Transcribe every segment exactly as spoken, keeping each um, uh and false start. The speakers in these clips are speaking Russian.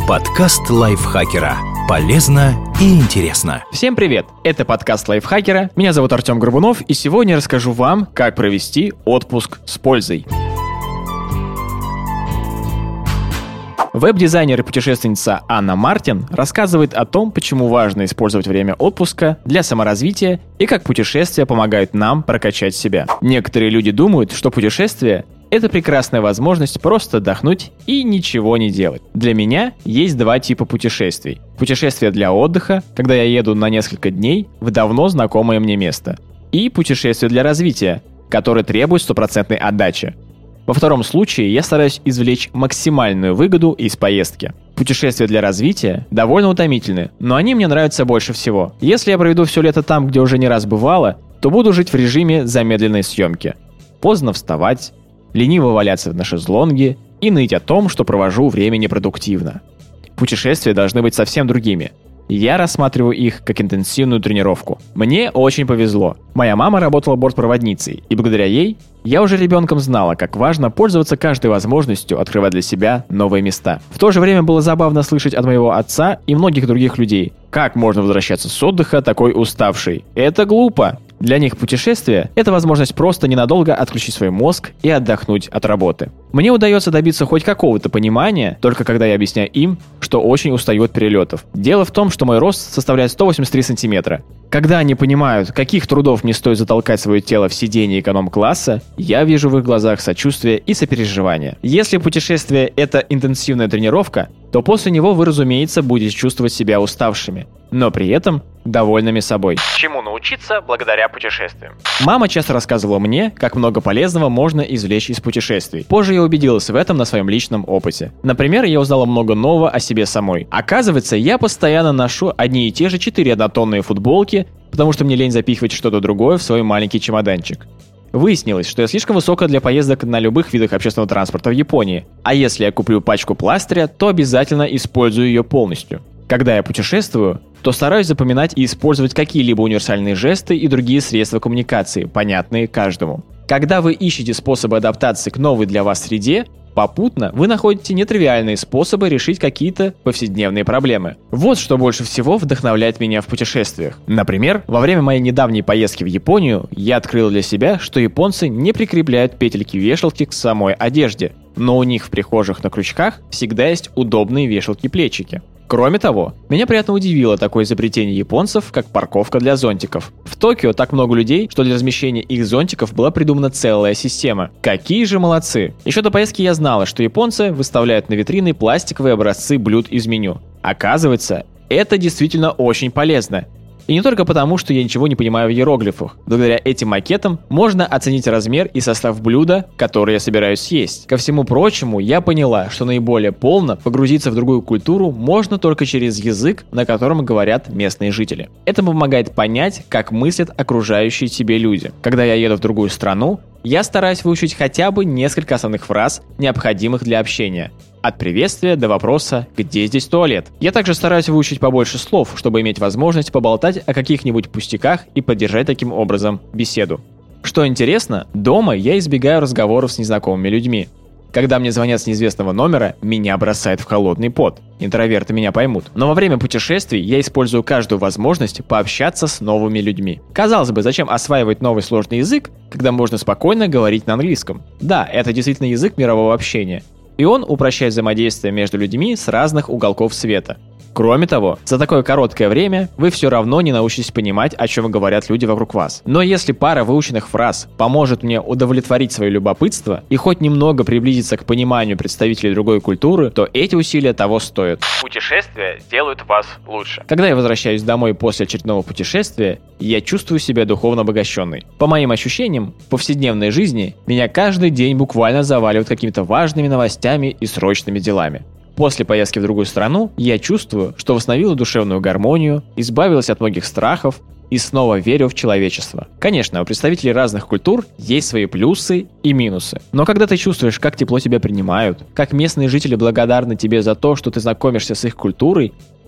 Подкаст лайфхакера. Полезно и интересно. Всем привет! Это подкаст лайфхакера. Меня зовут Артем Горбунов, и сегодня я расскажу вам, как провести отпуск с пользой. Веб-дизайнер и путешественница Анна Мартин рассказывает о том, почему важно использовать время отпуска для саморазвития и как путешествия помогают нам прокачать себя. Некоторые люди думают, что путешествие – это прекрасная возможность просто отдохнуть и ничего не делать. Для меня есть два типа путешествий. Путешествие для отдыха, когда я еду на несколько дней в давно знакомое мне место. И путешествие для развития, которое требует стопроцентной отдачи. Во втором случае я стараюсь извлечь максимальную выгоду из поездки. Путешествия для развития довольно утомительны, но они мне нравятся больше всего. Если я проведу все лето там, где уже не раз бывало, то буду жить в режиме замедленной съемки. Поздно вставать, лениво валяться на шезлонге и ныть о том, что провожу время непродуктивно. Путешествия должны быть совсем другими. Я рассматриваю их как интенсивную тренировку. Мне очень повезло. Моя мама работала бортпроводницей, и благодаря ей я уже ребенком знала, как важно пользоваться каждой возможностью открывать для себя новые места. В то же время было забавно слышать от моего отца и многих других людей, как можно возвращаться с отдыха такой уставший. Это глупо. Для них путешествие – это возможность просто ненадолго отключить свой мозг и отдохнуть от работы. Мне удается добиться хоть какого-то понимания, только когда я объясняю им, что очень устаю от перелетов. Дело в том, что мой рост составляет сто восемьдесят три сантиметра. Когда они понимают, каких трудов мне стоит затолкать свое тело в сиденье эконом-класса, я вижу в их глазах сочувствие и сопереживание. Если путешествие – это интенсивная тренировка, то после него вы, разумеется, будете чувствовать себя уставшими, но при этом довольными собой. Чему научиться благодаря путешествиям? Мама часто рассказывала мне, как много полезного можно извлечь из путешествий. Позже я убедилась в этом на своем личном опыте. Например, я узнала много нового о себе самой. Оказывается, я постоянно ношу одни и те же четыре однотонные футболки, потому что мне лень запихивать что-то другое в свой маленький чемоданчик. Выяснилось, что я слишком высокая для поездок на любых видах общественного транспорта в Японии, а если я куплю пачку пластыря, то обязательно использую ее полностью. Когда я путешествую, то стараюсь запоминать и использовать какие-либо универсальные жесты и другие средства коммуникации, понятные каждому. Когда вы ищете способы адаптации к новой для вас среде, попутно вы находите нетривиальные способы решить какие-то повседневные проблемы. Вот что больше всего вдохновляет меня в путешествиях. Например, во время моей недавней поездки в Японию я открыл для себя, что японцы не прикрепляют петельки-вешалки к самой одежде, но у них в прихожих на крючках всегда есть удобные вешалки-плечики. Кроме того, меня приятно удивило такое изобретение японцев, как парковка для зонтиков. В Токио так много людей, что для размещения их зонтиков была придумана целая система. Какие же молодцы! Еще до поездки я знала, что японцы выставляют на витрины пластиковые образцы блюд из меню. Оказывается, это действительно очень полезно. И не только потому, что я ничего не понимаю в иероглифах. Благодаря этим макетам можно оценить размер и состав блюда, которое я собираюсь съесть. Ко всему прочему, я поняла, что наиболее полно погрузиться в другую культуру можно только через язык, на котором говорят местные жители. Это помогает понять, как мыслят окружающие тебе люди. Когда я еду в другую страну, я стараюсь выучить хотя бы несколько основных фраз, необходимых для общения. От приветствия до вопроса «Где здесь туалет?». Я также стараюсь выучить побольше слов, чтобы иметь возможность поболтать о каких-нибудь пустяках и поддержать таким образом беседу. Что интересно, дома я избегаю разговоров с незнакомыми людьми. Когда мне звонят с неизвестного номера, меня бросает в холодный пот. Интроверты меня поймут. Но во время путешествий я использую каждую возможность пообщаться с новыми людьми. Казалось бы, зачем осваивать новый сложный язык, когда можно спокойно говорить на английском? Да, это действительно язык мирового общения. И он упрощает взаимодействие между людьми с разных уголков света. Кроме того, за такое короткое время вы все равно не научитесь понимать, о чем говорят люди вокруг вас. Но если пара выученных фраз поможет мне удовлетворить свое любопытство и хоть немного приблизиться к пониманию представителей другой культуры, то эти усилия того стоят. Путешествия делают вас лучше. Когда я возвращаюсь домой после очередного путешествия, я чувствую себя духовно обогащенной. По моим ощущениям, в повседневной жизни меня каждый день буквально заваливают какими-то важными новостями и срочными делами. После поездки в другую страну я чувствую, что восстановила душевную гармонию, избавилась от многих страхов и снова верю в человечество. Конечно, у представителей разных культур есть свои плюсы и минусы. Но когда ты чувствуешь, как тепло тебя принимают, как местные жители благодарны тебе за то, что ты знакомишься с их культурой,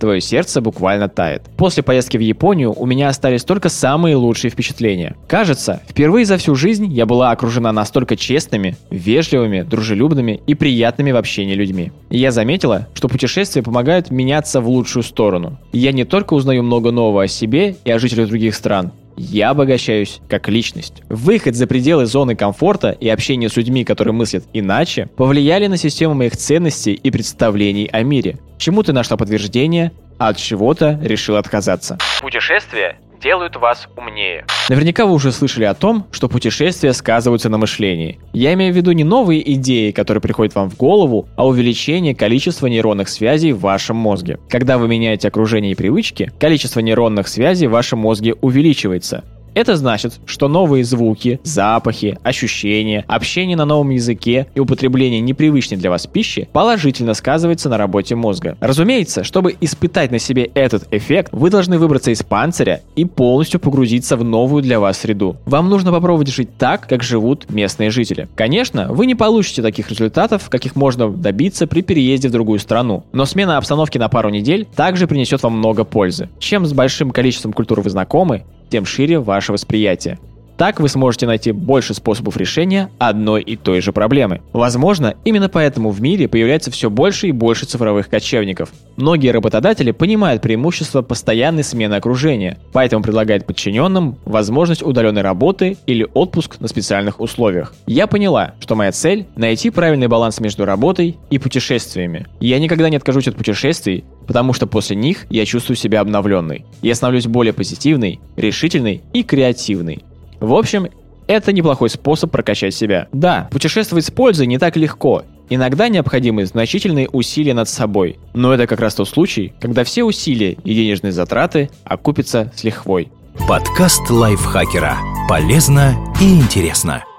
твое сердце буквально тает. После поездки в Японию у меня остались только самые лучшие впечатления. Кажется, впервые за всю жизнь я была окружена настолько честными, вежливыми, дружелюбными и приятными в общении людьми. И я заметила, что путешествия помогают меняться в лучшую сторону. Я не только узнаю много нового о себе и о жителях других стран, я обогащаюсь как личность. Выход за пределы зоны комфорта и общение с людьми, которые мыслят иначе, повлияли на систему моих ценностей и представлений о мире. Чему ты нашла подтверждение, а от чего-то решила отказаться. Путешествия делают вас умнее. Наверняка вы уже слышали о том, что путешествия сказываются на мышлении. Я имею в виду не новые идеи, которые приходят вам в голову, а увеличение количества нейронных связей в вашем мозге. Когда вы меняете окружение и привычки, количество нейронных связей в вашем мозге увеличивается. Это значит, что новые звуки, запахи, ощущения, общение на новом языке и употребление непривычной для вас пищи положительно сказывается на работе мозга. Разумеется, чтобы испытать на себе этот эффект, вы должны выбраться из панциря и полностью погрузиться в новую для вас среду. Вам нужно попробовать жить так, как живут местные жители. Конечно, вы не получите таких результатов, каких можно добиться при переезде в другую страну, но смена обстановки на пару недель также принесет вам много пользы. Чем с большим количеством культур вы знакомы, тем шире ваше восприятие. Так вы сможете найти больше способов решения одной и той же проблемы. Возможно, именно поэтому в мире появляется все больше и больше цифровых кочевников. Многие работодатели понимают преимущество постоянной смены окружения, поэтому предлагают подчиненным возможность удаленной работы или отпуск на специальных условиях. Я поняла, что моя цель – найти правильный баланс между работой и путешествиями. Я никогда не откажусь от путешествий, потому что после них я чувствую себя обновленной. Я становлюсь более позитивной, решительной и креативной. В общем, это неплохой способ прокачать себя. Да, путешествовать с пользой не так легко. Иногда необходимы значительные усилия над собой. Но это как раз тот случай, когда все усилия и денежные затраты окупятся с лихвой. Подкаст лайфхакера. Полезно и интересно.